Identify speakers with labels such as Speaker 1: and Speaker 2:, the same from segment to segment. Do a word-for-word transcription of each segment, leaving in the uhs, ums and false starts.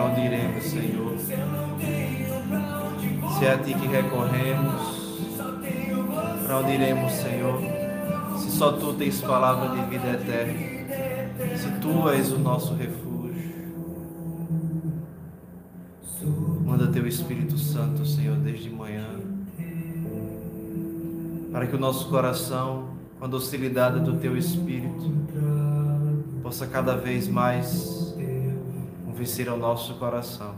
Speaker 1: Para onde iremos, Senhor? Se é a Ti que recorremos, para onde iremos, Senhor? Se só Tu tens palavra de vida eterna, se Tu és o nosso refúgio, manda Teu Espírito Santo, Senhor, desde manhã, para que o nosso coração, com a docilidade do Teu Espírito, possa cada vez mais convencer ao nosso coração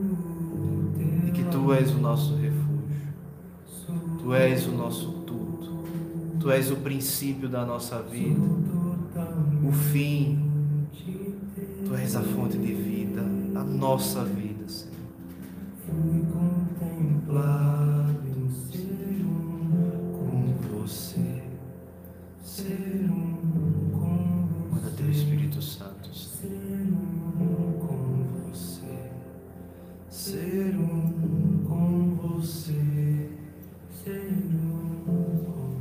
Speaker 1: de que Tu és o nosso refúgio, Tu és o nosso tudo, Tu és o princípio da nossa vida, o fim, Tu és a fonte de vida, a nossa vida, Senhor. Fui contemplado em ser um com Você, ser um com Você. Manda Teu Espírito Santo, ser um com Você, ser um com Você, ser um com...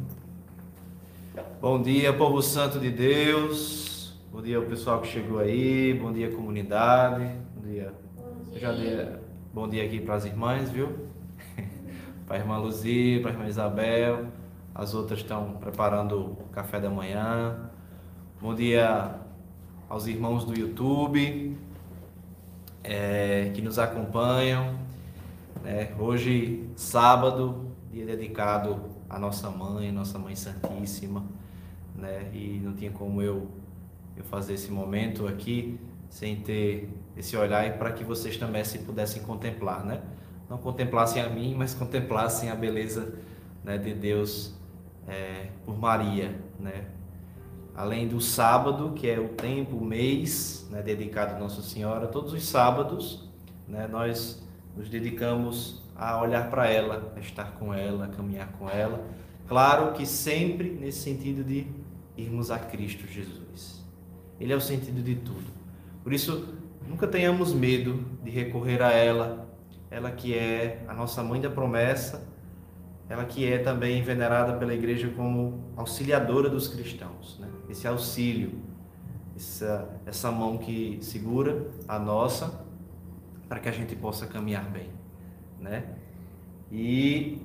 Speaker 1: Bom dia, povo santo de Deus. Bom dia ao pessoal que chegou aí. Bom dia, comunidade. Bom dia. Bom dia. Já dei... Bom dia aqui para as irmãs, viu? Para a irmã Luzia, para a irmã Isabel. As outras estão preparando o café da manhã. Bom dia aos irmãos do YouTube é, que nos acompanham. É, hoje, sábado, dia dedicado à nossa mãe, nossa Mãe Santíssima. Né? E não tinha como eu, eu fazer esse momento aqui sem ter esse olhar para que vocês também se pudessem contemplar, né? Não contemplassem a mim, mas contemplassem a beleza, né, de Deus é, por Maria, né? Além do sábado, que é o tempo, o mês, né, dedicado a Nossa Senhora, todos os sábados, né, nós nos dedicamos a olhar para ela, a estar com ela, a caminhar com ela. Claro que sempre nesse sentido de irmos a Cristo Jesus. Ele é o sentido de tudo. Por isso, nunca tenhamos medo de recorrer a ela, ela que é a nossa mãe da promessa, ela que é também venerada pela igreja como auxiliadora dos cristãos, né? Esse auxílio, essa, essa mão que segura a nossa, para que a gente possa caminhar bem, né? E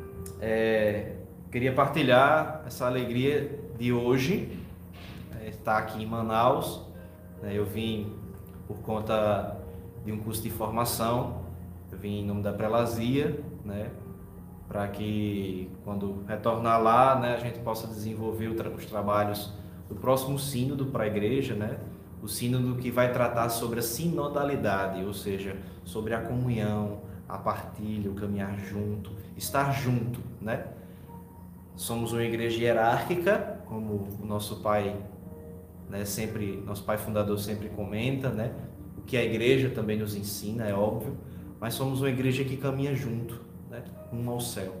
Speaker 1: é, queria partilhar essa alegria de hoje, é, estar aqui em Manaus. Eu vim por conta de um curso de formação, eu vim em nome da Prelazia, né, para que quando retornar lá, né, a gente possa desenvolver os trabalhos do próximo sínodo para a igreja, né, o sínodo que vai tratar sobre a sinodalidade, ou seja, sobre a comunhão, a partilha, o caminhar junto, estar junto, né? Somos uma igreja hierárquica, como o nosso pai Né, sempre, nosso pai fundador sempre comenta, né, o que a igreja também nos ensina, é óbvio, mas somos uma igreja que caminha junto, né, rumo ao céu.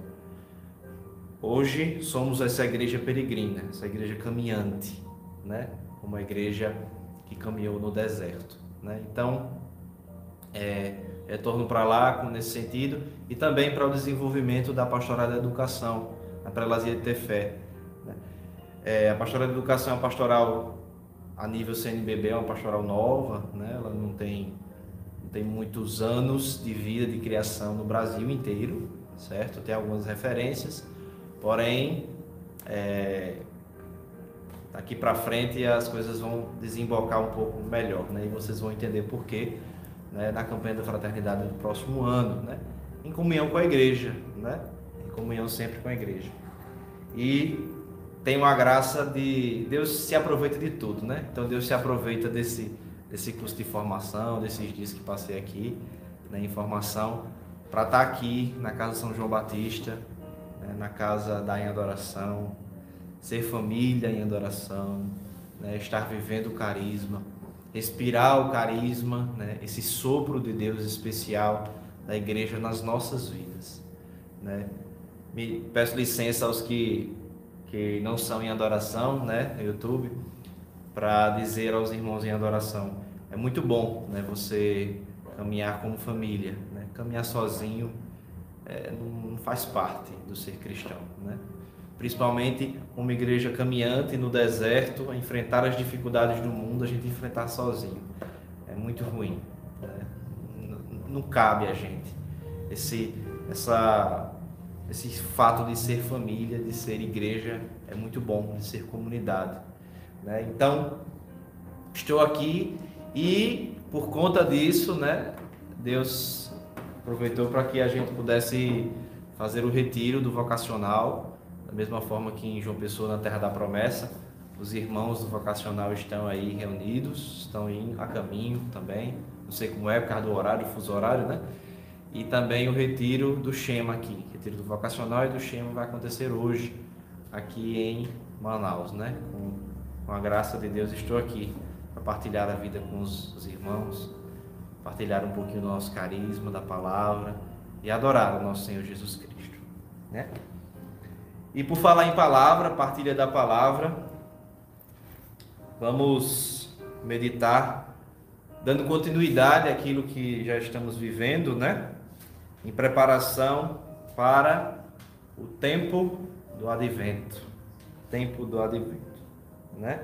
Speaker 1: Hoje somos essa igreja peregrina, essa igreja caminhante, né, uma igreja que caminhou no deserto, né? Então, é, retorno para lá nesse sentido e também para o desenvolvimento da pastoral da educação, a Prelazia de Ter Fé. Né? É, a pastoral da educação é uma pastoral a nível C N B B, é uma pastoral nova, né? Ela não tem, não tem muitos anos de vida, de criação no Brasil inteiro, certo? Tem algumas referências, porém, é, daqui para frente as coisas vão desembocar um pouco melhor, né? E vocês vão entender por quê, né? Na campanha da fraternidade do próximo ano, né? Em comunhão com a igreja, né? Em comunhão sempre com a igreja. E tem a graça de... Deus se aproveita de tudo, né? Então Deus se aproveita desse, desse curso de formação, desses dias que passei aqui, né, em formação, para estar aqui na Casa São João Batista, né, na Casa da Em Adoração, ser família em adoração, né, estar vivendo o carisma, respirar o carisma, né, esse sopro de Deus especial da igreja nas nossas vidas, né? Me peço licença aos que que não são em adoração, né, no YouTube, para dizer aos irmãos em adoração, é muito bom, né, você caminhar como família, né? Caminhar sozinho é, não faz parte do ser cristão, né? Principalmente como igreja caminhante no deserto, a enfrentar as dificuldades do mundo, a gente enfrentar sozinho, é muito ruim, né? não cabe a gente. Esse, essa, esse fato de ser família, de ser igreja, é muito bom, de ser comunidade, né? Então, estou aqui e, por conta disso, né, Deus aproveitou para que a gente pudesse fazer o retiro do vocacional, da mesma forma que em João Pessoa, na Terra da Promessa, os irmãos do vocacional estão aí reunidos, estão indo a caminho também, não sei como é, por causa do horário, do fuso horário, né? E também o retiro do Shema aqui, o retiro do vocacional e do Shema vai acontecer hoje, aqui em Manaus, né? Com, com a graça de Deus, estou aqui para partilhar a vida com os, os irmãos, partilhar um pouquinho do nosso carisma, da palavra e adorar o nosso Senhor Jesus Cristo, né? E por falar em palavra, partilha da palavra, vamos meditar, dando continuidade àquilo que já estamos vivendo, né? Em preparação para o tempo do advento, tempo do advento, né?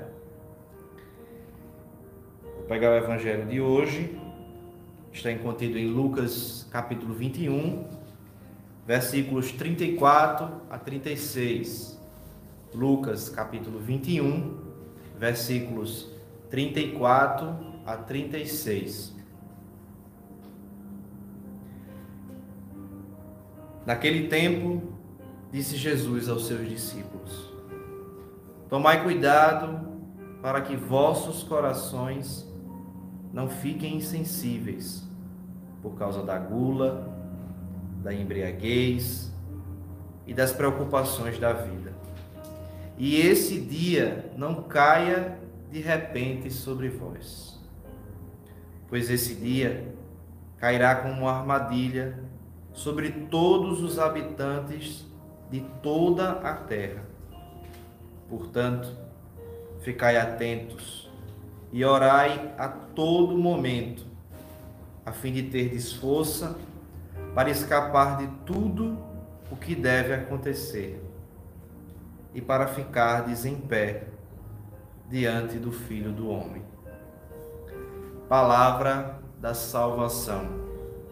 Speaker 1: Vou pegar o evangelho de hoje, está contido em Lucas capítulo vinte e um, versículos trinta e quatro a trinta e seis. Lucas capítulo vinte e um, versículos trinta e quatro a trinta e seis. Naquele tempo, disse Jesus aos seus discípulos: tomai cuidado para que vossos corações não fiquem insensíveis por causa da gula, da embriaguez e das preocupações da vida. E esse dia não caia de repente sobre vós, pois esse dia cairá como uma armadilha sobre todos os habitantes de toda a terra. Portanto, ficai atentos e orai a todo momento, a fim de terdes força para escapar de tudo o que deve acontecer e para ficardes em pé diante do Filho do Homem. Palavra da salvação.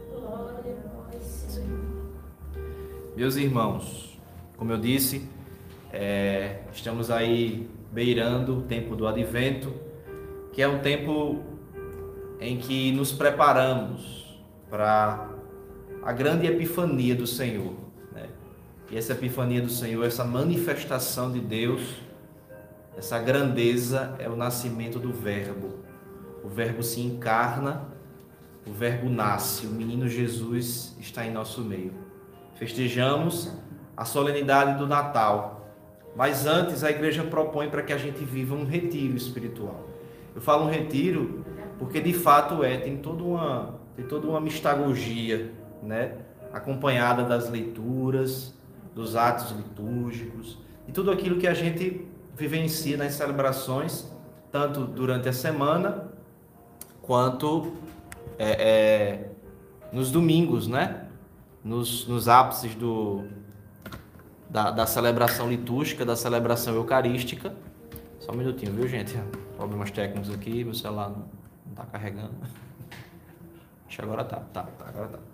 Speaker 1: Meus irmãos, como eu disse, é, estamos aí beirando o tempo do Advento, que é um tempo em que nos preparamos para a grande epifania do Senhor, né? E essa epifania do Senhor, essa manifestação de Deus, essa grandeza é o nascimento do Verbo. O Verbo se encarna, o Verbo nasce, o menino Jesus está em nosso meio. Festejamos a solenidade do Natal, mas antes a igreja propõe para que a gente viva um retiro espiritual. Eu falo um retiro porque de fato é, tem toda uma, tem toda uma mistagogia, né? Acompanhada das leituras, dos atos litúrgicos e tudo aquilo que a gente vivencia nas celebrações, tanto durante a semana quanto é, é, nos domingos, né? Nos, nos ápices do, da, da celebração litúrgica, da celebração eucarística. Só um minutinho, viu, gente? Problemas técnicos aqui, meu celular não está carregando. Acho que agora tá, tá, tá agora tá.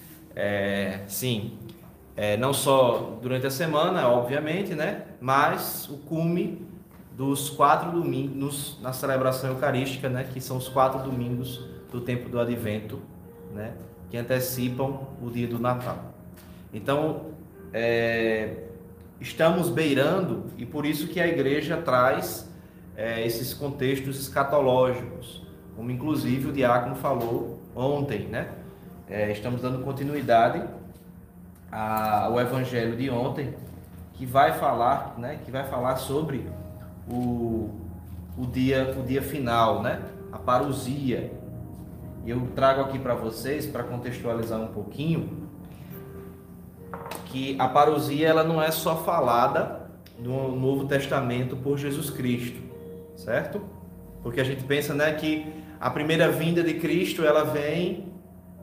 Speaker 1: É, sim, é, não só durante a semana, obviamente, né? Mas o cume dos quatro domingos na celebração eucarística, né? Que são os quatro domingos do tempo do Advento, né? Que antecipam o dia do Natal. Então, é, estamos beirando, e por isso que a igreja traz é, esses contextos escatológicos, como inclusive o diácono falou ontem, né? É, estamos dando continuidade ao evangelho de ontem, que vai falar, né? Que vai falar sobre o, o, dia, o dia final, né? A parousia. E eu trago aqui para vocês, para contextualizar um pouquinho, que a parousia ela não é só falada no Novo Testamento por Jesus Cristo, certo? Porque a gente pensa, né, que a primeira vinda de Cristo ela vem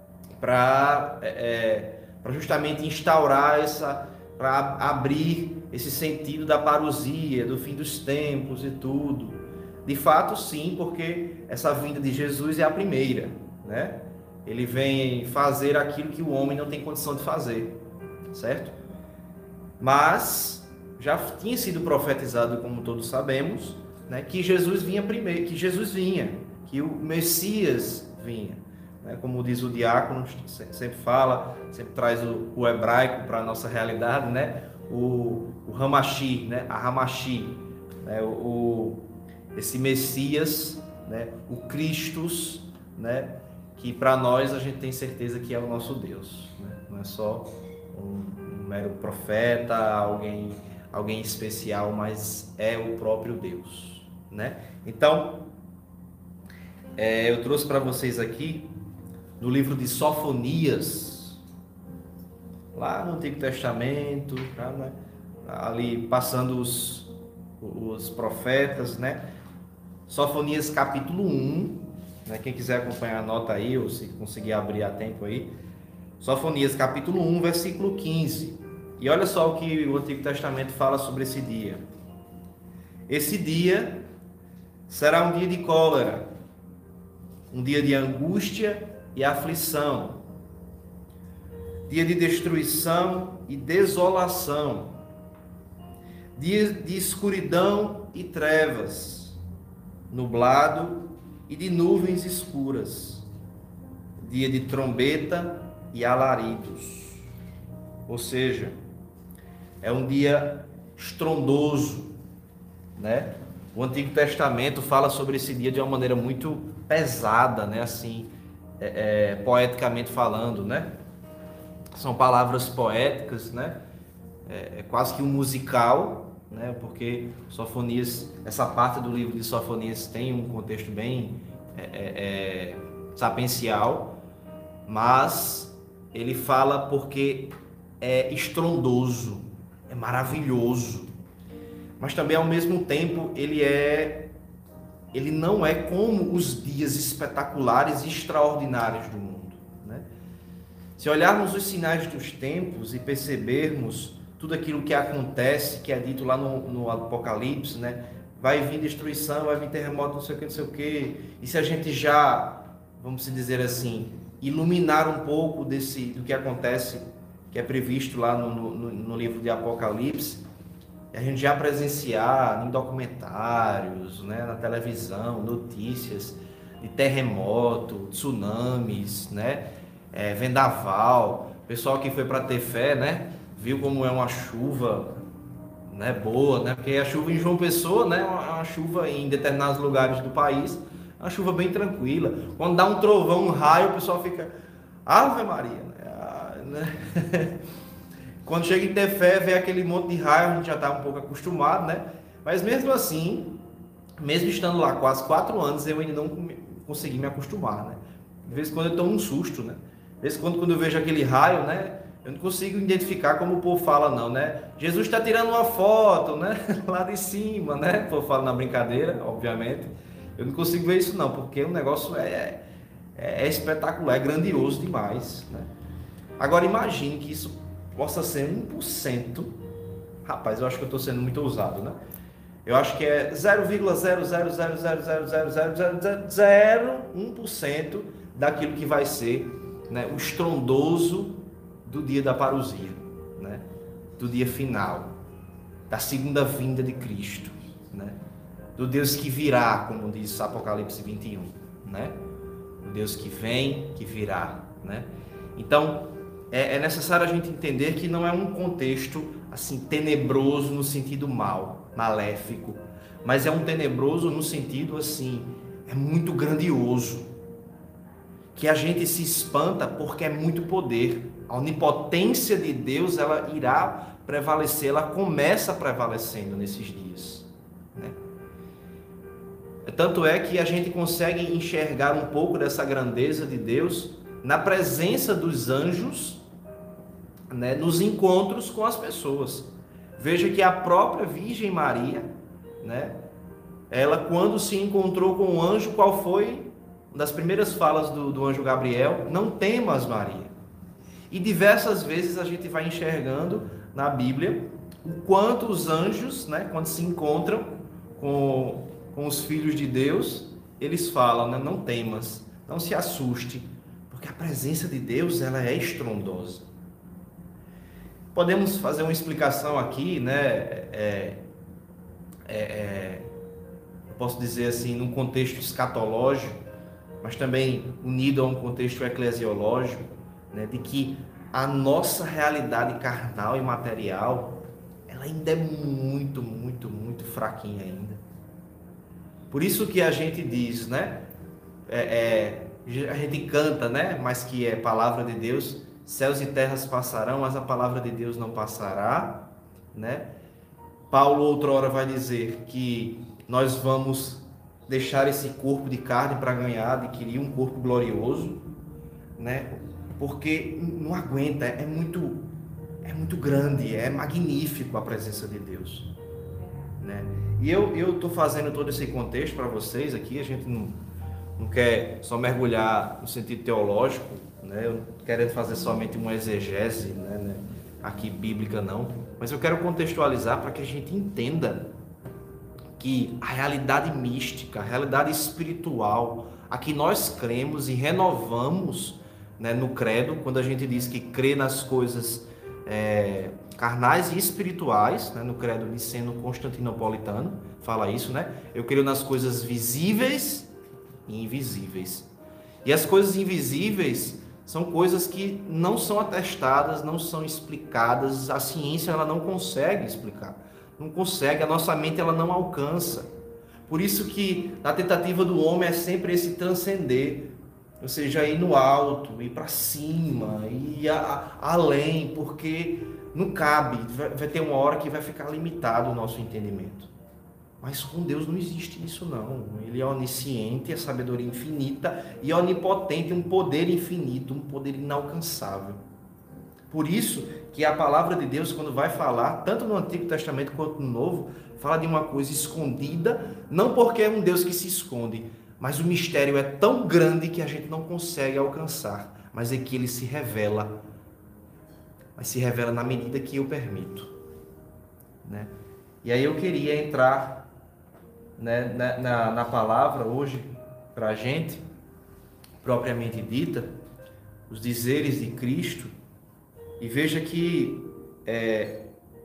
Speaker 1: para é, para justamente instaurar essa, para abrir esse sentido da parousia, do fim dos tempos e tudo. De fato, sim, porque essa vinda de Jesus é a primeira, né? ele vem fazer aquilo que o homem não tem condição de fazer, certo? Mas já tinha sido profetizado, como todos sabemos, né, que Jesus vinha primeiro, que Jesus vinha, que o Messias vinha, né, como diz o diácono, sempre fala, sempre traz o, o hebraico para a nossa realidade, né, o, o Hamashi, né, a Hamashi, né, o, o, esse Messias, né, o Christus, né, que para nós a gente tem certeza que é o nosso Deus, né? Não é só um, um mero profeta, alguém, alguém especial, mas é o próprio Deus, né? Então, é, eu trouxe para vocês aqui, no livro de Sofonias, lá no Antigo Testamento, tá, né? Ali passando os, os profetas, né? Sofonias capítulo um, né? Quem quiser acompanhar, anota aí, ou se conseguir abrir a tempo aí. Sofonias capítulo um, versículo quinze. E olha só o que o Antigo Testamento fala sobre esse dia. Esse dia será um dia de cólera, um dia de angústia e aflição, dia de destruição e desolação, dia de escuridão e trevas, nublado e de nuvens escuras, dia de trombeta e alaridos. Ou seja, é um dia estrondoso, né? O Antigo Testamento fala sobre esse dia de uma maneira muito pesada, né? Assim, é, é, poeticamente falando, né? São palavras poéticas, né? É, é quase que um musical, né? Porque Sofonias, essa parte do livro de Sofonias tem um contexto bem é, é, sapiencial, mas ele fala porque é estrondoso, é maravilhoso, mas também ao mesmo tempo ele é, ele não é como os dias espetaculares e extraordinários do mundo, né? Se olharmos os sinais dos tempos e percebermos tudo aquilo que acontece, que é dito lá no, no Apocalipse, né? Vai vir destruição, vai vir terremoto, não sei o que, não sei o que. E se a gente já, vamos dizer assim, iluminar um pouco desse, do que acontece, que é previsto lá no, no, no livro de Apocalipse, a gente já presenciar em documentários, né, na televisão, notícias de terremoto, tsunamis, né, é, vendaval. O pessoal que foi para ter fé, né, viu como é uma chuva, né, boa, né, porque a chuva em João Pessoa, né, é uma chuva em determinados lugares do país, é uma chuva bem tranquila. Quando dá um trovão, um raio, o pessoal fica, Ave Maria, né? Ah, né? Quando chega em ter fé, vê aquele monte de raio, a gente já está um pouco acostumado, né? Mas mesmo assim, mesmo estando lá quase quatro anos, eu ainda não consegui me acostumar, né? De vez em quando eu tomo um susto, né? De vez em quando, quando eu vejo aquele raio, né? Eu não consigo identificar como o povo fala, não, né? Jesus está tirando uma foto, né? Lá de cima, né? O povo fala na brincadeira, obviamente. Eu não consigo ver isso, não, porque o negócio é, é, é espetacular, é grandioso demais, né? Agora, imagine que isso possa ser um por cento. Rapaz, eu acho que eu estou sendo muito ousado, né? Eu acho que é zero vírgula zero zero zero zero zero zero zero zero zero um por cento daquilo que vai ser, né, o estrondoso do dia da parousia, né? Do dia final, da segunda vinda de Cristo, né? Do Deus que virá, como diz Apocalipse vinte e um, né? O Deus que vem, que virá, né? Então, é, é necessário a gente entender que não é um contexto assim tenebroso no sentido mal, maléfico, mas é um tenebroso no sentido assim, é muito grandioso, que a gente se espanta porque é muito poder. A onipotência de Deus, ela irá prevalecer, ela começa prevalecendo nesses dias, né? Tanto é que a gente consegue enxergar um pouco dessa grandeza de Deus na presença dos anjos, né, nos encontros com as pessoas. Veja que a própria Virgem Maria, né, ela quando se encontrou com o anjo, qual foi uma das primeiras falas do, do anjo Gabriel? Não temas, Maria. E diversas vezes a gente vai enxergando na Bíblia o quanto os anjos, né, quando se encontram com, com os filhos de Deus, eles falam, né, não temas, não se assuste, Porque a presença de Deus, ela é estrondosa. Podemos fazer uma explicação aqui, né? É, é, é, eu posso dizer assim, num contexto escatológico, mas também unido a um contexto eclesiológico, né? De que a nossa realidade carnal e material, ela ainda é muito, muito, muito fraquinha ainda. Por isso que a gente diz, né? É, é, a gente canta, né? Mas que é palavra de Deus, céus e terras passarão, mas a palavra de Deus não passará, né? Paulo outrora vai dizer que nós vamos deixar esse corpo de carne para ganhar, adquirir um corpo glorioso, né? Porque não aguenta, é muito, é muito grande, é magnífico a presença de Deus, né? E eu eu estou fazendo todo esse contexto para vocês aqui. A gente não, não quer só mergulhar no sentido teológico, né? Eu não quero fazer somente uma exegese, né, né, aqui bíblica, não. Mas eu quero contextualizar para que a gente entenda que a realidade mística, a realidade espiritual, a que nós cremos e renovamos, né, no credo, quando a gente diz que crê nas coisas é, carnais e espirituais, né, no credo niceno-constantinopolitano, fala isso, né? Eu creio nas coisas visíveis e invisíveis. E as coisas invisíveis são coisas que não são atestadas, não são explicadas, a ciência ela não consegue explicar, não consegue, a nossa mente ela não alcança. Por isso que a tentativa do homem é sempre esse transcender, ou seja, ir no alto, ir para cima, ir a, a, além, porque não cabe, vai, vai ter uma hora que vai ficar limitado o nosso entendimento. Mas com Deus não existe isso não. Ele é onisciente, é sabedoria infinita e onipotente, um poder infinito, um poder inalcançável. Por isso que a palavra de Deus, quando vai falar, tanto no Antigo Testamento quanto no Novo, fala de uma coisa escondida, não porque é um Deus que se esconde, mas o mistério é tão grande que a gente não consegue alcançar, mas é que ele se revela, mas se revela na medida que eu permito, né? E aí eu queria entrar, né, na, na, na palavra hoje, para a gente, propriamente dita, os dizeres de Cristo, e veja que é,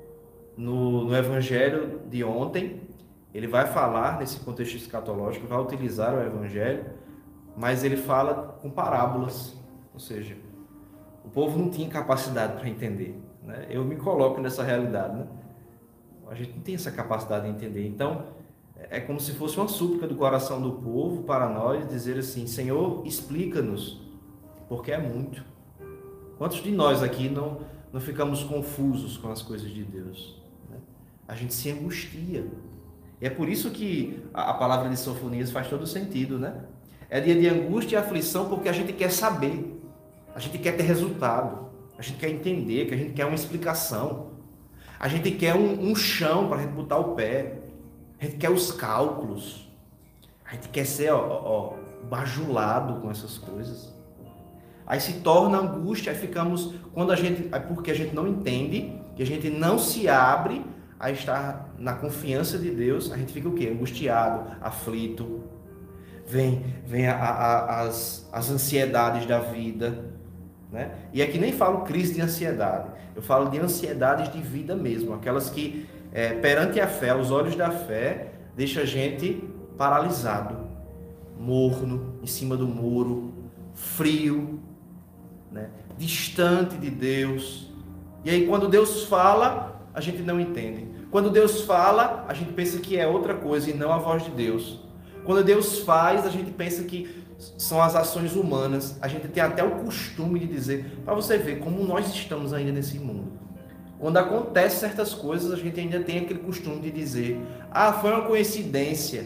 Speaker 1: no, no Evangelho de ontem, ele vai falar nesse contexto escatológico, vai utilizar o Evangelho, mas ele fala com parábolas, ou seja, o povo não tinha capacidade para entender, né? Eu me coloco nessa realidade, né? A gente não tem essa capacidade de entender. Então, é como se fosse uma súplica do coração do povo para nós, dizer assim: Senhor, explica-nos, porque é muito. Quantos de nós aqui não, não ficamos confusos com as coisas de Deus, né? A gente se angustia. E é por isso que a palavra de Sofonias faz todo sentido, né? É dia de angústia e aflição porque a gente quer saber, a gente quer ter resultado, a gente quer entender, que a gente quer uma explicação, a gente quer um, um chão para a gente botar o pé, a gente quer os cálculos, a gente quer ser ó, ó, bajulado com essas coisas. Aí se torna angústia, aí ficamos, quando a gente, é porque a gente não entende, que a gente não se abre a estar na confiança de Deus, a gente fica o quê? Angustiado, aflito, vem, vem a, a, as, as ansiedades da vida, né? E aqui nem falo crise de ansiedade, eu falo de ansiedades de vida mesmo, aquelas que é, perante a fé, os olhos da fé, deixa a gente paralisado, morno, em cima do muro, frio, né? Distante de Deus. E aí quando Deus fala, a gente não entende. Quando Deus fala, a gente pensa que é outra coisa e não a voz de Deus. Quando Deus faz, a gente pensa que são as ações humanas. A gente tem até o costume de dizer, para você ver como nós estamos ainda nesse mundo. Quando acontecem certas coisas, a gente ainda tem aquele costume de dizer, ah, foi uma coincidência.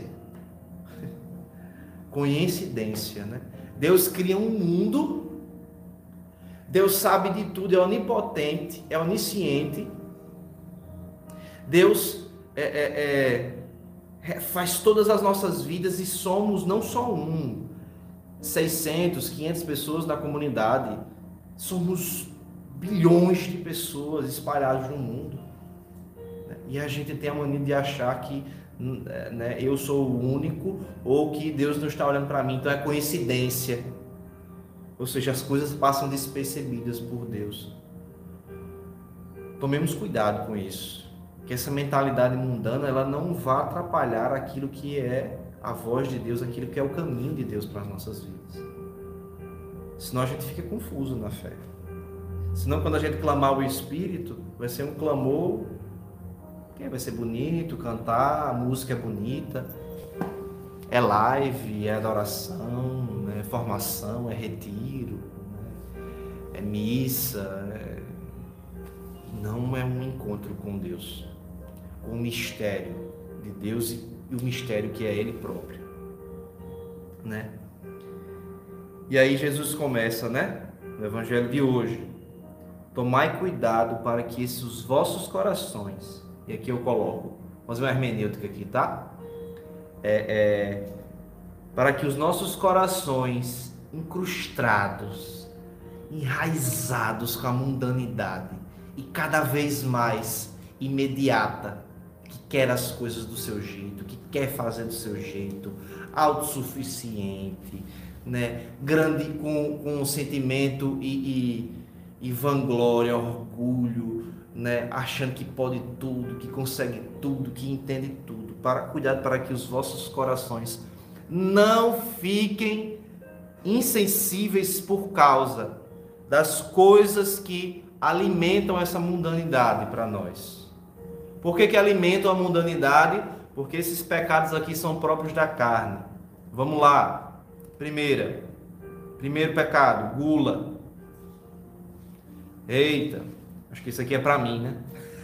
Speaker 1: Coincidência, né? Deus cria um mundo, Deus sabe de tudo, é onipotente, é onisciente. Deus é, é, é, faz todas as nossas vidas e somos não só um, seiscentos, quinhentas pessoas na comunidade, somos bilhões de pessoas espalhadas no mundo. E a gente tem a mania de achar que, né, eu sou o único ou que Deus não está olhando para mim, então é coincidência. Ou seja, as coisas passam despercebidas por Deus. Tomemos cuidado com isso, que essa mentalidade mundana ela não vá atrapalhar aquilo que é a voz de Deus, aquilo que é o caminho de Deus para as nossas vidas. Senão a gente fica confuso na fé. Senão, quando a gente clamar o Espírito, vai ser um clamor que vai ser bonito, cantar, a música é bonita, é live, é adoração, né? É formação, é retiro, né? É missa, é... não é um encontro com Deus, com o mistério de Deus e o mistério que é Ele próprio, né? E aí Jesus começa, né? No Evangelho de hoje: tomai cuidado para que esses vossos corações, e aqui eu coloco, vamos fazer uma hermenêutica aqui, tá? É, é, para que os nossos corações incrustados, enraizados com a mundanidade e cada vez mais imediata, que quer as coisas do seu jeito, que quer fazer do seu jeito, autossuficiente, né? Grande com, com sentimento e, e, e vanglória, orgulho, né? Achando que pode tudo, que consegue tudo, que entende tudo. Para, cuidado para que os vossos corações não fiquem insensíveis por causa das coisas que alimentam essa mundanidade para nós. Por que que alimentam a mundanidade? Porque esses pecados aqui são próprios da carne. Vamos lá. Primeira, primeiro pecado, gula. Eita, acho que isso aqui é para mim, né?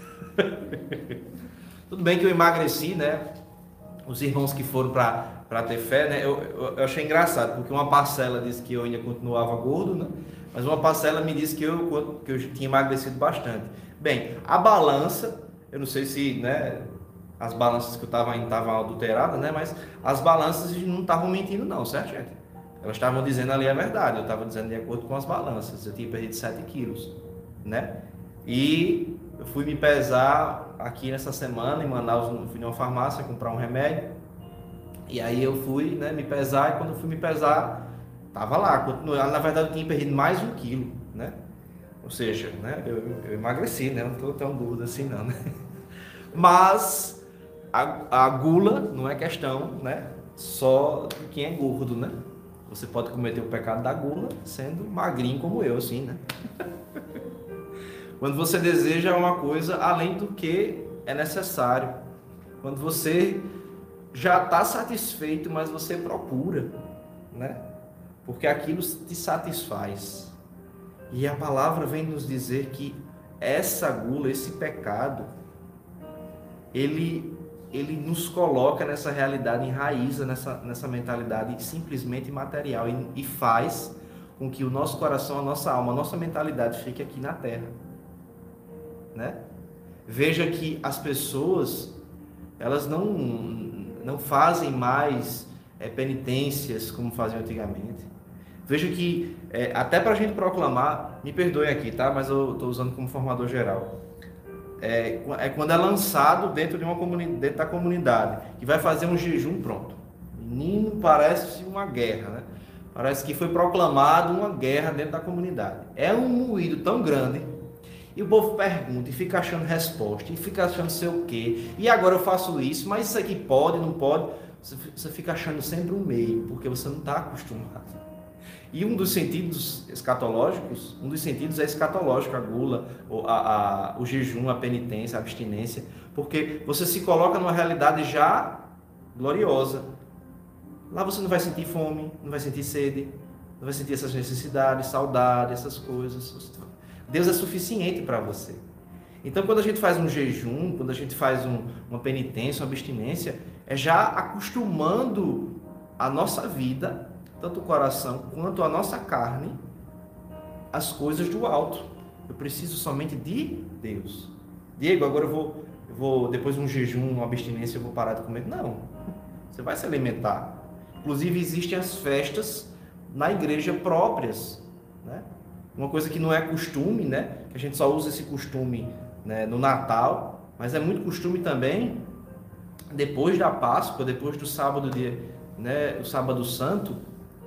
Speaker 1: Tudo bem que eu emagreci, né? Os irmãos que foram para ter fé, né? Eu, eu, eu achei engraçado, porque uma parcela disse que eu ainda continuava gordo, né? Mas uma parcela me disse que eu, que eu tinha emagrecido bastante. Bem, a balança, eu não sei se, né, as balanças que eu estava indo estavam adulteradas, né? Mas as balanças não estavam mentindo não, certo, gente? Elas estavam dizendo ali a verdade, eu estava dizendo de acordo com as balanças. Eu tinha perdido sete quilos, né? E eu fui me pesar aqui nessa semana em Manaus, fui numa farmácia comprar um remédio. E aí eu fui, né, me pesar, e quando eu fui me pesar, tava lá, continuava, na verdade eu tinha perdido mais um quilo, né? Ou seja, né, eu, eu emagreci, né? Não estou tão gordo assim não, né? Mas a, a gula não é questão, né, só de quem é gordo, né? Você pode cometer o pecado da gula sendo magrinho como eu, assim, né? Quando você deseja uma coisa além do que é necessário. Quando você já está satisfeito, mas você procura, né? Porque aquilo te satisfaz. E a palavra vem nos dizer que essa gula, esse pecado, ele... ele nos coloca nessa realidade, enraiza nessa, nessa mentalidade simplesmente material e, e faz com que o nosso coração, a nossa alma, a nossa mentalidade fique aqui na terra, né? Veja que as pessoas, elas não, não fazem mais é, penitências como faziam antigamente. Veja que, é, até para a gente proclamar, me perdoem aqui, tá? Mas eu estou usando como formador geral. É, é quando é lançado dentro, de uma comunidade, dentro da comunidade, que vai fazer um jejum, pronto. Menino, parece uma guerra, né? Parece que foi proclamado uma guerra dentro da comunidade. É um moído tão grande, e o povo pergunta, e fica achando resposta, e fica achando sei o quê, e agora eu faço isso, mas isso aqui pode, não pode? Você, você fica achando sempre um meio, porque você não está acostumado. E um dos sentidos escatológicos, um dos sentidos é escatológico, a gula, a, a, o jejum, a penitência, a abstinência, porque você se coloca numa realidade já gloriosa. Lá você não vai sentir fome, não vai sentir sede, não vai sentir essas necessidades, saudade, essas coisas. Deus é suficiente para você. Então, quando a gente faz um jejum, quando a gente faz um, uma penitência, uma abstinência, é já acostumando a nossa vida, tanto o coração quanto a nossa carne, as coisas do alto. Eu preciso somente de Deus. Diego, agora eu vou, eu vou depois de um jejum, uma abstinência, eu vou parar de comer. Não, você vai se alimentar. Inclusive, existem as festas na igreja próprias, né? Uma coisa que não é costume, né? Que a gente só usa esse costume, né, no Natal, mas é muito costume também depois da Páscoa, depois do sábado, de, né, o sábado santo,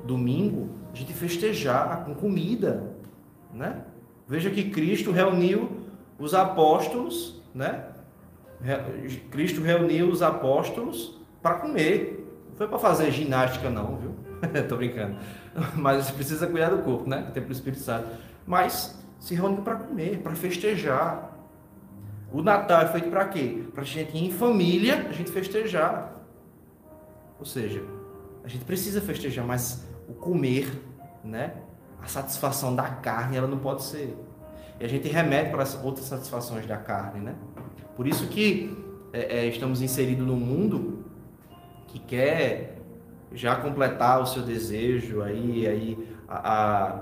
Speaker 1: domingo, a gente festejar com comida, né? Veja que Cristo reuniu os apóstolos, né? Cristo reuniu os apóstolos para comer. Não foi para fazer ginástica não, viu? Tô brincando. Mas precisa cuidar do corpo, né? Tem o Espírito Santo. Mas se reuniu para comer, para festejar. O Natal é feito para quê? Para a gente ir em família, a gente festejar. Ou seja, a gente precisa festejar, mas o comer, né? A satisfação da carne, ela não pode ser. E a gente remete para as outras satisfações da carne, né? Por isso que é, é, estamos inseridos num mundo que quer já completar o seu desejo, aí, aí a,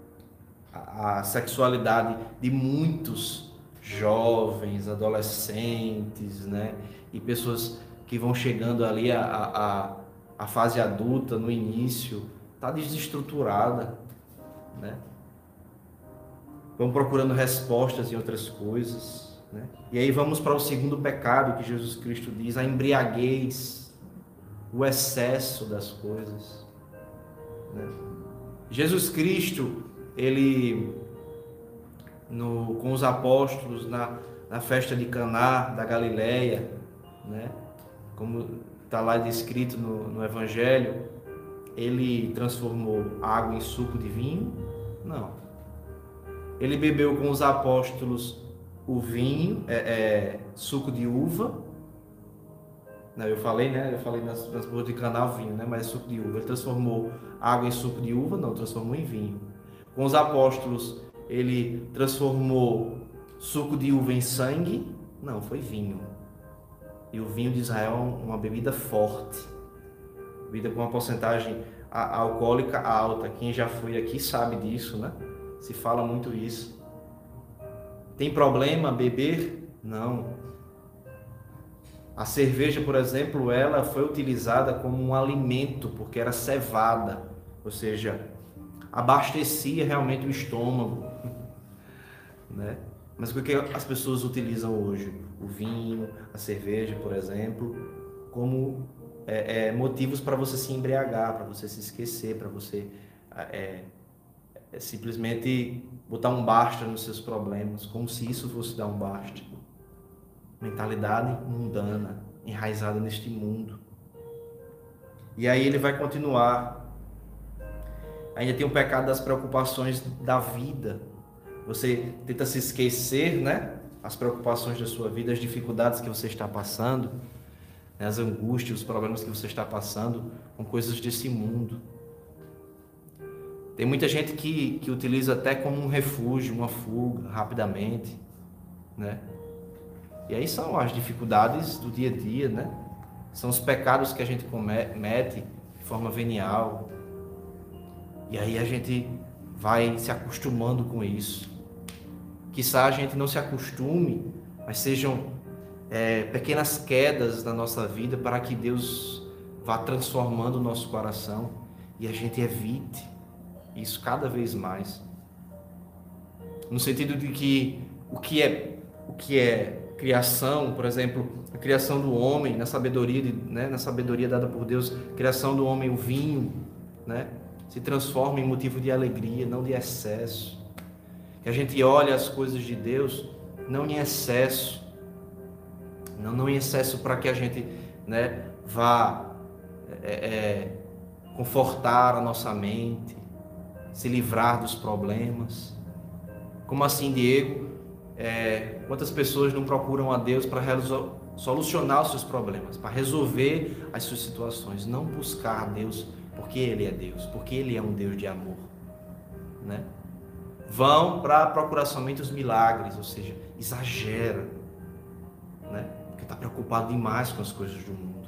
Speaker 1: a, a sexualidade de muitos jovens, adolescentes, né? E pessoas que vão chegando ali a, a, a fase adulta no início, está desestruturada, né? Vão procurando respostas em outras coisas, né? E aí vamos para o segundo pecado que Jesus Cristo diz, a embriaguez, o excesso das coisas, né? Jesus Cristo, ele, no, com os apóstolos na, na festa de Caná da Galileia, né? Como está lá descrito no, no Evangelho, ele transformou água em suco de vinho? Não. Ele bebeu com os apóstolos o vinho, é, é, suco de uva. Não, eu falei, né? Eu falei nas, nas boas de Caná vinho, né? Mas é suco de uva. Ele transformou água em suco de uva? Não, transformou em vinho. Com os apóstolos, ele transformou suco de uva em sangue? Não, foi vinho. E o vinho de Israel é uma bebida forte, bebida com uma porcentagem alcoólica alta. Quem já foi aqui sabe disso, né? Se fala muito isso. Tem problema beber? Não. A cerveja, por exemplo, ela foi utilizada como um alimento, porque era cevada, ou seja, abastecia realmente o estômago, né? Mas o que as pessoas utilizam hoje? O vinho, a cerveja, por exemplo, como é, é, motivos para você se embriagar, para você se esquecer, para você é, é, simplesmente botar um basta nos seus problemas, como se isso fosse dar um basta. Mentalidade mundana, enraizada neste mundo. E aí ele vai continuar. Ainda tem o pecado das preocupações da vida. Você tenta se esquecer, né? As preocupações da sua vida, as dificuldades que você está passando, né? As angústias, os problemas que você está passando com coisas desse mundo. Tem muita gente que, que utiliza até como um refúgio, uma fuga, rapidamente, né? E aí são as dificuldades do dia a dia, né? São os pecados que a gente comete de forma venial. E aí a gente vai se acostumando com isso. Quizá a gente não se acostume, mas sejam é, pequenas quedas na nossa vida para que Deus vá transformando o nosso coração e a gente evite isso cada vez mais. No sentido de que o que é, o que é criação, por exemplo, a criação do homem, na sabedoria, de, né, na sabedoria dada por Deus, a criação do homem, o vinho, né, se transforma em motivo de alegria, não de excesso. Que a gente olhe as coisas de Deus não em excesso, não, não em excesso para que a gente, né, vá é, é, confortar a nossa mente, se livrar dos problemas. Como assim, Diego? É, quantas pessoas não procuram a Deus para solucionar os seus problemas, para resolver as suas situações, não buscar a Deus porque Ele é Deus, porque Ele é um Deus de amor, né? Vão para procurar somente os milagres, ou seja, exagera, né? Porque está preocupado demais com as coisas do mundo.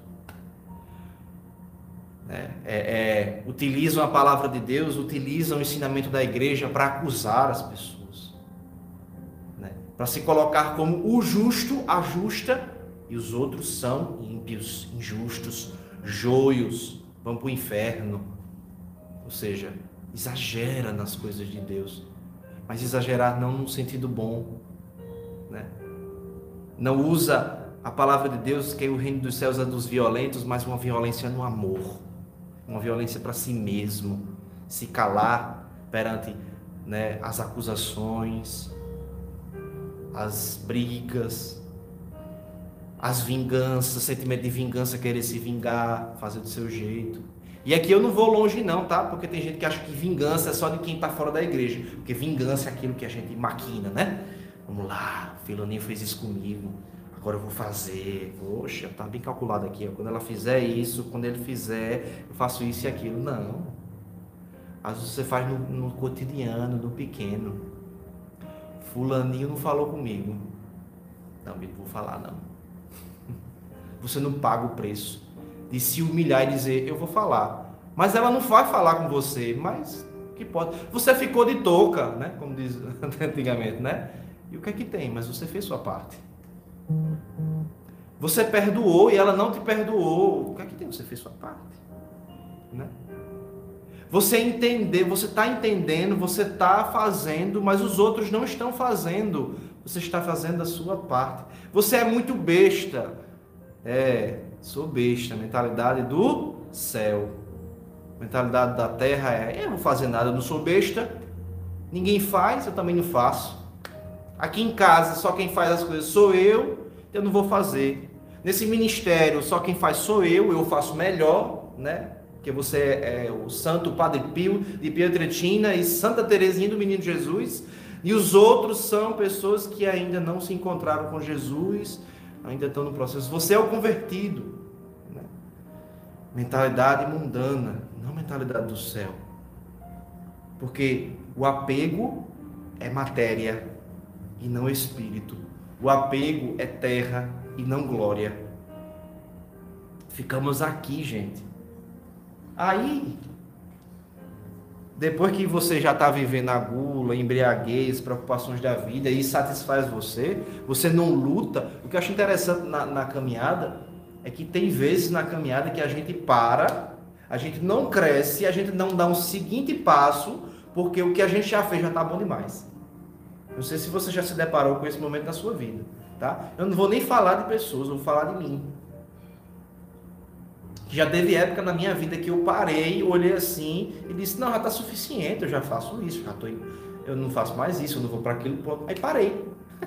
Speaker 1: É, é, é, utilizam a palavra de Deus, utilizam o ensinamento da igreja para acusar as pessoas, né? Para se colocar como o justo, a justa, e os outros são ímpios, injustos, joios, vão para o inferno. Ou seja, exagera nas coisas de Deus, mas exagerar não no sentido bom, né? Não usa a palavra de Deus, que o reino dos céus é dos violentos, mas uma violência no amor. uma violência para si mesmo, se calar perante, né, as acusações, as brigas, as vinganças, sentimento de vingança, querer se vingar, fazer do seu jeito. E aqui eu não vou longe não, tá? Porque tem gente que acha que vingança é só de quem está fora da igreja. Porque vingança é aquilo que a gente maquina, né? Vamos lá, o filaninho fez isso comigo, agora eu vou fazer. Poxa, tá bem calculado aqui, ó. Quando ela fizer isso, quando ele fizer, eu faço isso e aquilo. Não. Às vezes você faz no, no cotidiano, no pequeno. Fulaninho não falou comigo. Não, eu não vou falar não. Você não paga o preço de se humilhar e dizer, eu vou falar. Mas ela não vai falar com você, mas que pode. Você ficou de touca, né? Como diz antigamente, né? E o que é que tem? Mas você fez sua parte. Você perdoou e ela não te perdoou. O que é que tem? Você fez sua parte, né? Você entender, você está entendendo, você está fazendo, mas os outros não estão fazendo. Você está fazendo a sua parte. Você é muito besta. É, sou besta. Mentalidade do céu. Mentalidade da terra é, eu não vou fazer nada, eu não sou besta. Ninguém faz, eu também não faço. Aqui em casa, só quem faz as coisas sou eu, eu não vou fazer. Nesse ministério, só quem faz sou eu, eu faço melhor, né? Porque você é o Santo Padre Pio de Pietrelcina e Santa Teresinha do Menino Jesus. E os outros são pessoas que ainda não se encontraram com Jesus, ainda estão no processo. Você é o convertido, né? Mentalidade mundana, não mentalidade do céu. Porque o apego é matéria e não espírito. O apego é terra e não glória. Ficamos aqui, gente. Aí, depois que você já está vivendo a gula, embriaguez, preocupações da vida, e satisfaz você, você não luta. O que eu acho interessante na, na caminhada é que tem vezes na caminhada que a gente para, a gente não cresce, a gente não dá um seguinte passo, porque o que a gente já fez já está bom demais. Não sei se você já se deparou com esse momento na sua vida, tá? Eu não vou nem falar de pessoas, eu vou falar de mim. Já teve época na minha vida que eu parei, olhei assim e disse, não, já está suficiente, eu já faço isso, já tô, eu não faço mais isso, eu não vou para aquilo, pronto. Aí parei.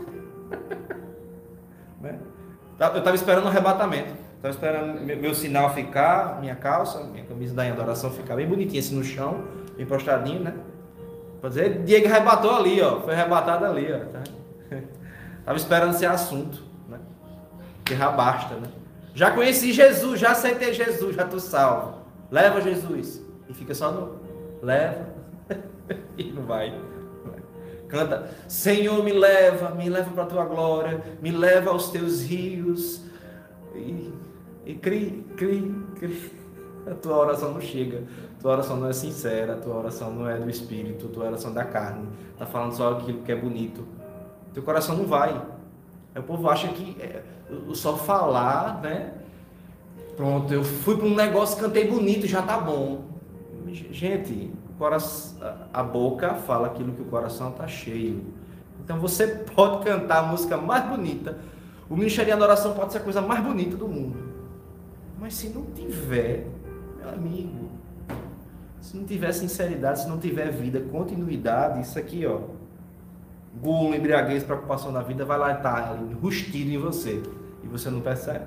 Speaker 1: Né? Eu estava esperando um arrebatamento, estava esperando meu, meu sinal ficar, minha calça, minha camisa da adoração ficar bem bonitinha assim no chão, bem postadinho, né? Para dizer, Diego arrebatou ali, ó, foi arrebatado ali, ó. Tá? Tava esperando ser assunto, né? Que já basta, né? Já conheci Jesus, já aceitei Jesus, já estou salvo. Leva Jesus. E fica só no... Leva. E não vai. Canta. Senhor, me leva, me leva para a tua glória, me leva aos teus rios. E, e crie, crie, crie. A tua oração não chega. A tua oração não é sincera, a tua oração não é do Espírito, a tua oração é da carne. Está falando só aquilo que é bonito. Teu coração não vai. Aí o povo acha que é, só falar, né? Pronto, eu fui para um negócio, cantei bonito, já tá bom. Gente, o coração, a boca fala aquilo que o coração tá cheio. Então você pode cantar a música mais bonita, o Ministério da Oração pode ser a coisa mais bonita do mundo. Mas se não tiver, meu amigo, se não tiver sinceridade, se não tiver vida, continuidade, isso aqui, ó, gula, embriaguez, preocupação da vida, vai lá e tá ali, rustido em você. E você não percebe.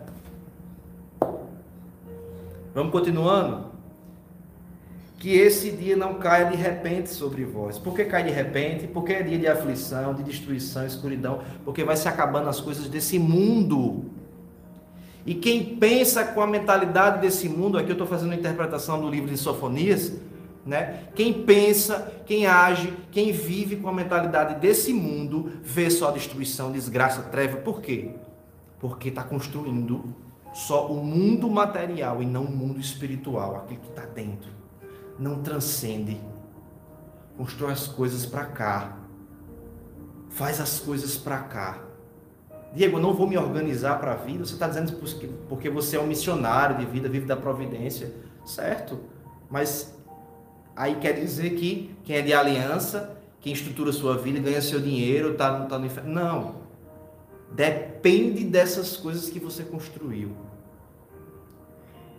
Speaker 1: Vamos continuando? Que esse dia não caia de repente sobre vós. Por que cai de repente? Porque é dia de aflição, de destruição, escuridão. Porque vai se acabando as coisas desse mundo. E quem pensa com a mentalidade desse mundo, aqui eu estou fazendo a interpretação do livro de Sofonias, né? Quem pensa, quem age, quem vive com a mentalidade desse mundo, vê só destruição, desgraça, treva. Por quê? Porque está construindo só o mundo material e não o mundo espiritual, aquele que está dentro. Não transcende. Constrói as coisas para cá. Faz as coisas para cá. Diego, eu não vou me organizar para a vida. Você está dizendo porque você é um missionário de vida, vive da providência. Certo. Mas aí quer dizer que quem é de aliança, quem estrutura a sua vida, ganha seu dinheiro, está tá no inferno. Não. Depende dessas coisas que você construiu.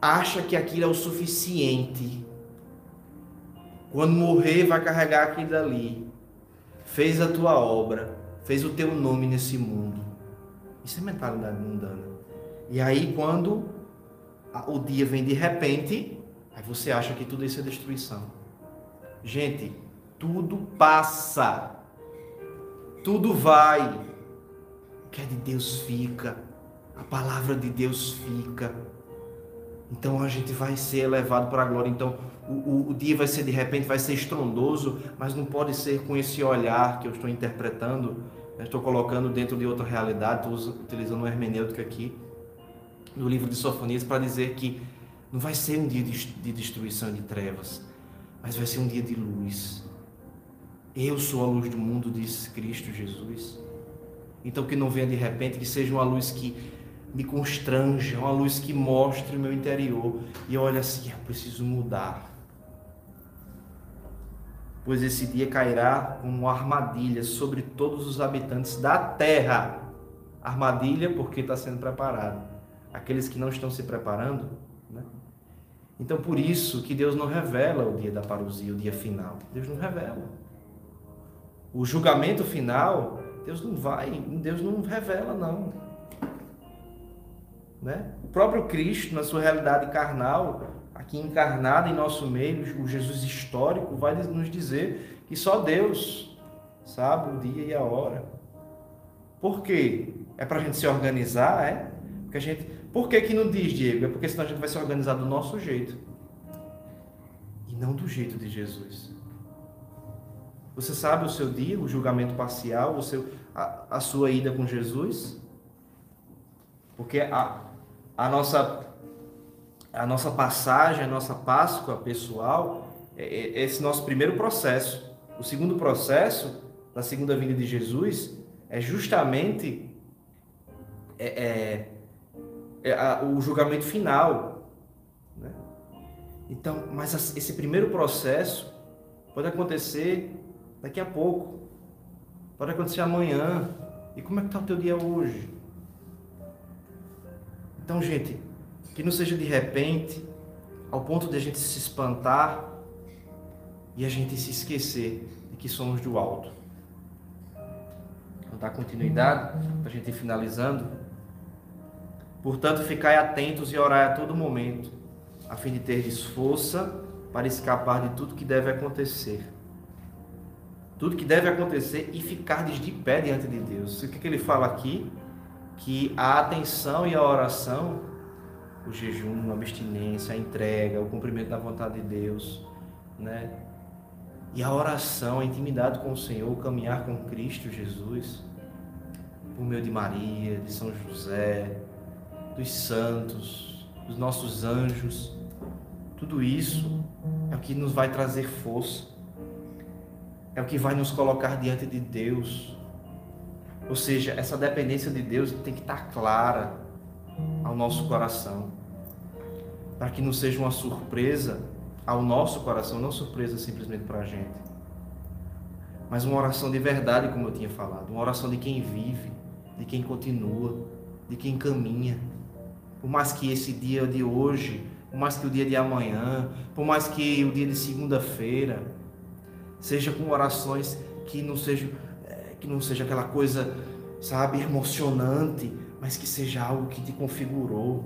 Speaker 1: acha que aquilo é o suficiente. Quando morrer, vai carregar aquilo dali. Fez a tua obra, fez o teu nome nesse mundo. Isso é mentalidade mundana. E aí, quando o dia vem de repente, aí você acha que tudo isso é destruição. Gente, tudo passa. Tudo vai. O que é de Deus fica. A palavra de Deus fica. Então a gente vai ser elevado para a glória. Então o, o, o dia vai ser de repente, vai ser estrondoso, mas não pode ser com esse olhar que eu estou interpretando. Eu estou colocando dentro de outra realidade, estou utilizando uma hermenêutica aqui, no livro de Sofonias, para dizer que não vai ser um dia de, de destruição e de trevas, mas vai ser um dia de luz. Eu sou a luz do mundo, disse Cristo Jesus. Então que não venha de repente, que seja uma luz que me constranja, uma luz que mostre o meu interior. E olha assim, eu preciso mudar. Pois esse dia cairá como uma armadilha sobre todos os habitantes da terra. Armadilha porque está sendo preparado. Aqueles que não estão se preparando, né? Então por isso que Deus não revela o dia da parousia, o dia final. Deus não revela. O julgamento final, Deus não vai, Deus não revela não. Né? O próprio Cristo, na sua realidade carnal, aqui encarnado em nosso meio, o Jesus histórico, vai nos dizer que só Deus sabe o dia e a hora. Por quê? É para a gente se organizar, é? Porque a gente... Por que que não diz, Diego? É porque senão a gente vai se organizar do nosso jeito. E não do jeito de Jesus. Você sabe o seu dia, o julgamento parcial, o seu, a, a sua ida com Jesus? Porque a, a, nossa, a nossa passagem, a nossa Páscoa pessoal, é, é esse nosso primeiro processo. O segundo processo, da segunda vinda de Jesus, é justamente é, é, é a, o julgamento final. Né? Então, mas esse primeiro processo pode acontecer daqui a pouco, pode acontecer amanhã. E como é que está o teu dia hoje? Então, gente, que não seja de repente, ao ponto de a gente se espantar e a gente se esquecer de que somos do alto. Vou dar continuidade para a gente ir finalizando. Portanto, ficai atentos e orai a todo momento, a fim de terdes força para escapar de tudo que deve acontecer. Tudo que deve acontecer e ficardes de pé diante de Deus. O que, que ele fala aqui? Que a atenção e a oração, o jejum, a abstinência, a entrega, o cumprimento da vontade de Deus, né? E a oração, a intimidade com o Senhor, o caminhar com Cristo Jesus, por meio de Maria, de São José, dos santos, dos nossos anjos, tudo isso é o que nos vai trazer força, é o que vai nos colocar diante de Deus. Ou seja, essa dependência de Deus tem que estar clara ao nosso coração, para que não seja uma surpresa ao nosso coração, não surpresa simplesmente para a gente, mas uma oração de verdade, como eu tinha falado, uma oração de quem vive, de quem continua, de quem caminha. Por mais que esse dia de hoje, por mais que o dia de amanhã, por mais que o dia de segunda-feira, seja com orações que não sejam, que não seja aquela coisa, sabe, emocionante, mas que seja algo que te configurou.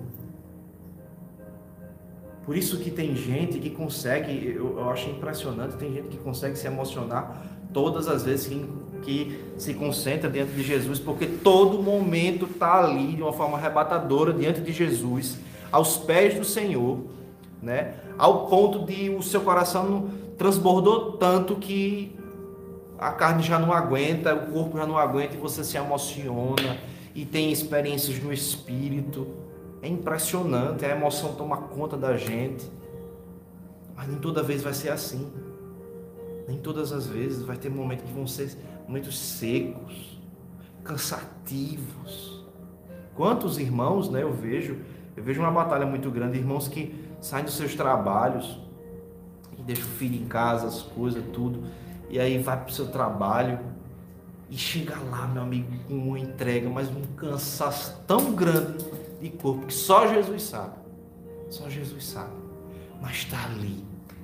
Speaker 1: Por isso que tem gente que consegue, eu, eu acho impressionante, tem gente que consegue se emocionar todas as vezes que, que se concentra diante de Jesus, porque todo momento está ali de uma forma arrebatadora diante de Jesus, aos pés do Senhor, né? Ao ponto de o seu coração transbordou tanto que a carne já não aguenta, o corpo já não aguenta e você se emociona e tem experiências no espírito. É impressionante, a emoção toma conta da gente, mas nem toda vez vai ser assim. Nem todas as vezes vai ter momentos que vão ser momentos secos, cansativos. Quantos irmãos, né, eu vejo, eu vejo uma batalha muito grande, irmãos que saem dos seus trabalhos e deixam o filho em casa, as coisas, tudo, e aí vai para o seu trabalho e chega lá, meu amigo, com uma entrega, mas um cansaço tão grande de corpo que só Jesus sabe. Só Jesus sabe. Mas está ali.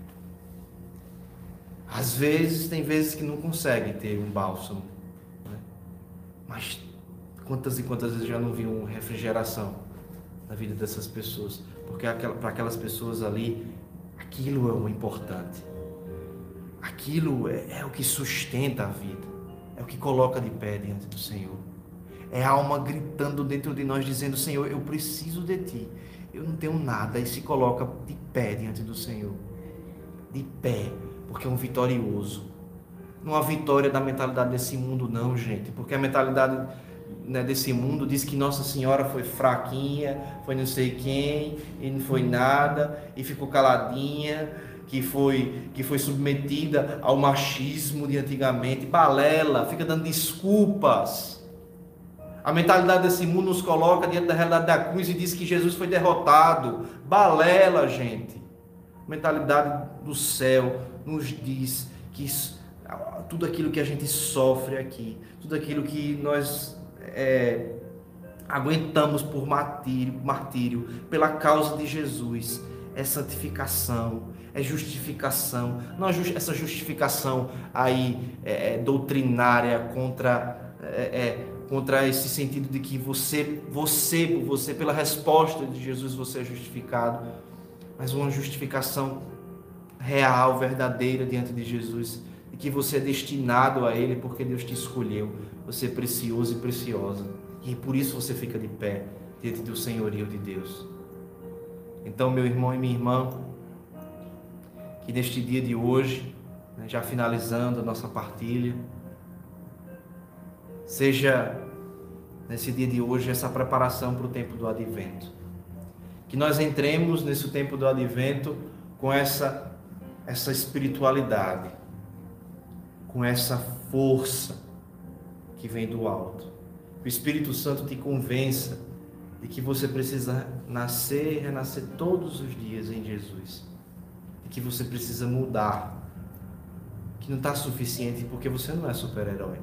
Speaker 1: Às vezes, tem vezes que não consegue ter um bálsamo, né? Mas quantas e quantas vezes já não vi uma refrigeração na vida dessas pessoas? Porque para aquelas pessoas ali, aquilo é o importante. Aquilo é, é o que sustenta a vida. É o que coloca de pé diante do Senhor. É a alma gritando dentro de nós, dizendo: Senhor, eu preciso de Ti. Eu não tenho nada. E se coloca de pé diante do Senhor. De pé, porque é um vitorioso. Não há vitória da mentalidade desse mundo, não, gente. Porque a mentalidade, né, desse mundo diz que Nossa Senhora foi fraquinha, foi não sei quem, e não foi nada, e ficou caladinha, que foi, que foi submetida ao machismo de antigamente. Balela, fica dando desculpas. A mentalidade desse mundo nos coloca diante da realidade da cruz e diz que Jesus foi derrotado. Balela, gente. A mentalidade do céu nos diz que isso, tudo aquilo que a gente sofre aqui, tudo aquilo que nós é, aguentamos por martírio, martírio pela causa de Jesus, é santificação, é justificação. Não é just, essa justificação aí é, é, doutrinária contra, é, é, contra esse sentido de que você, você, por você, pela resposta de Jesus, você é justificado, mas uma justificação real, verdadeira diante de Jesus, e que você é destinado a Ele porque Deus te escolheu. Você é precioso e preciosa, e por isso você fica de pé diante do senhorio de Deus. Então, meu irmão e minha irmã, que neste dia de hoje, né, já finalizando a nossa partilha, seja nesse dia de hoje essa preparação para o tempo do Advento. Que nós entremos nesse tempo do Advento com essa, essa espiritualidade, com essa força que vem do alto. Que o Espírito Santo te convença de que você precisa nascer e renascer todos os dias em Jesus. E que você precisa mudar. Que não está suficiente porque você não é super-herói.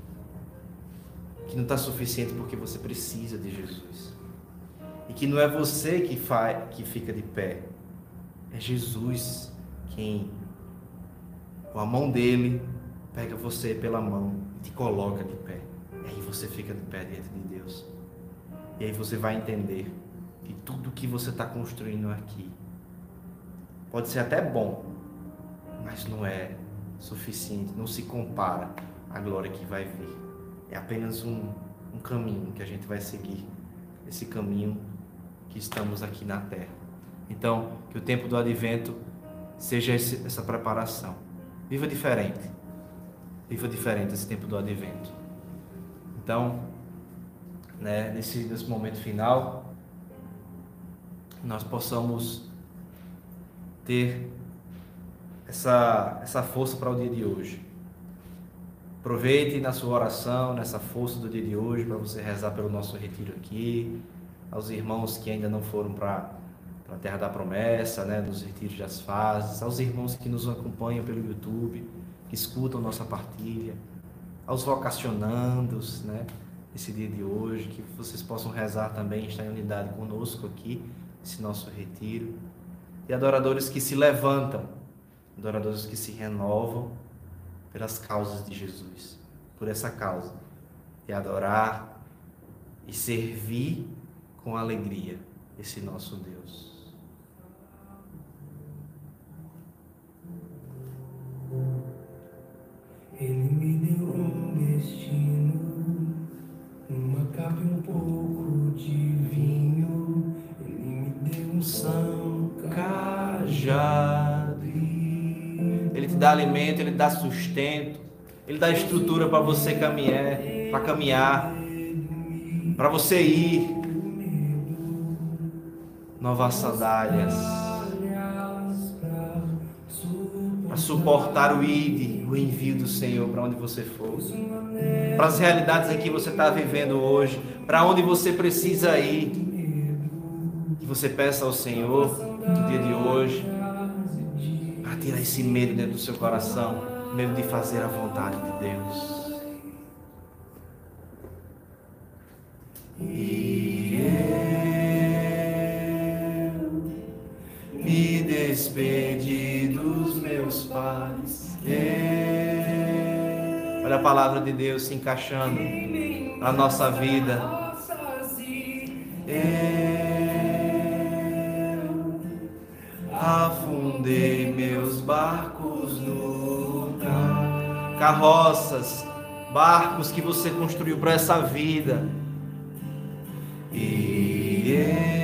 Speaker 1: Que não está suficiente porque você precisa de Jesus. E que não é você que, faz, que fica de pé. É Jesus quem, com a mão dele, pega você pela mão e te coloca de pé. E aí você fica de pé diante de Deus. E aí você vai entender que tudo que você está construindo aqui pode ser até bom, mas não é suficiente, não se compara à glória que vai vir. É apenas um, um caminho que a gente vai seguir, esse caminho que estamos aqui na Terra. Então, que o tempo do Advento seja esse, essa preparação. Viva diferente. Viva diferente esse tempo do Advento. Então, né, nesse, nesse momento final, nós possamos ter essa, essa força para o dia de hoje. Aproveite na sua oração, nessa força do dia de hoje, para você rezar pelo nosso retiro aqui, aos irmãos que ainda não foram para a Terra da Promessa, né, dos retiros das fases, aos irmãos que nos acompanham pelo YouTube, que escutam nossa partilha, aos vocacionandos, né, esse dia de hoje, que vocês possam rezar também, estar em unidade conosco aqui, esse nosso retiro, e adoradores que se levantam, adoradores que se renovam pelas causas de Jesus, por essa causa, de adorar e servir com alegria esse nosso Deus.
Speaker 2: Ele me deu um destino, uma capa e um pouco de vinho. Ele me deu um são cajado.
Speaker 1: Ele te dá alimento, Ele te dá sustento, Ele dá estrutura para você caminhar, para caminhar, para você ir. Novas sandálias, para suportar o ide, o envio do Senhor para onde você for, para as realidades em que você está vivendo hoje, para onde você precisa ir. Que você peça ao Senhor no dia de hoje, para tirar esse medo dentro do seu coração, medo de fazer a vontade de Deus. E eu Deus faz. Olha a palavra de Deus se encaixando na nossa vida. Eu afundei meus barcos no mar. Carroças, barcos que você construiu para essa vida. E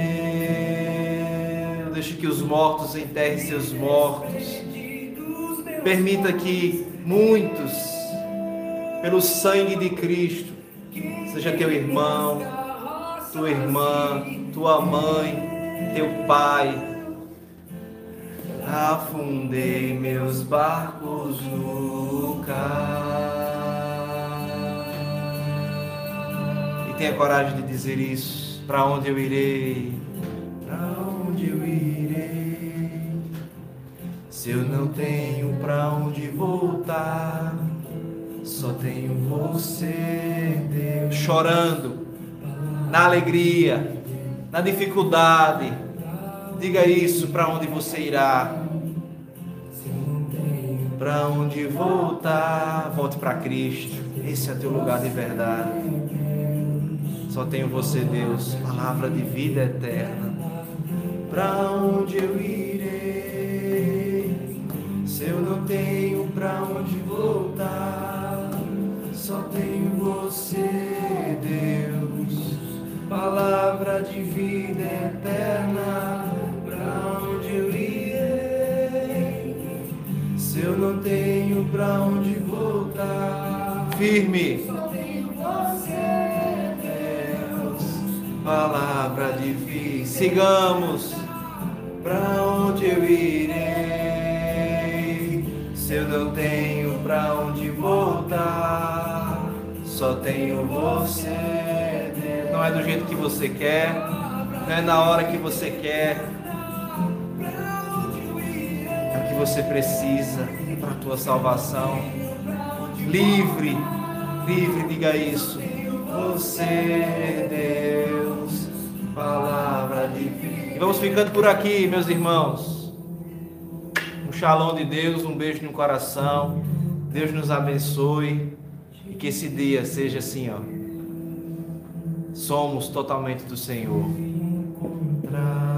Speaker 1: eu deixo que os mortos enterrem seus mortos. Permita que muitos, pelo sangue de Cristo, seja teu irmão, tua irmã, tua mãe, teu pai, afundei meus barcos no cais. E tenha coragem de dizer isso. Para onde eu irei? Para onde eu irei? Se eu não tenho para onde voltar, só tenho você, Deus. Chorando, na alegria, na dificuldade, diga isso. Para onde você irá? Para onde voltar? Volte para Cristo. Esse é teu lugar de verdade. Só tenho você, Deus, palavra de vida eterna. Para onde eu irei? Se eu não tenho para onde voltar, só tenho você, Deus, palavra de vida eterna. Para onde eu irei? Se eu não tenho para onde voltar, firme, só tenho você, Deus, palavra de vida. Sigamos. Para onde eu irei? Se eu não tenho para onde voltar, só tenho você, Deus. Não é do jeito que você quer, não é na hora que você quer, é o que você precisa para a tua salvação. Livre, livre, diga isso. Você, Deus, palavra de vida. E vamos ficando por aqui, meus irmãos. Um shalom de Deus, um beijo no coração. Deus nos abençoe e que esse dia seja assim, ó. Somos totalmente do Senhor.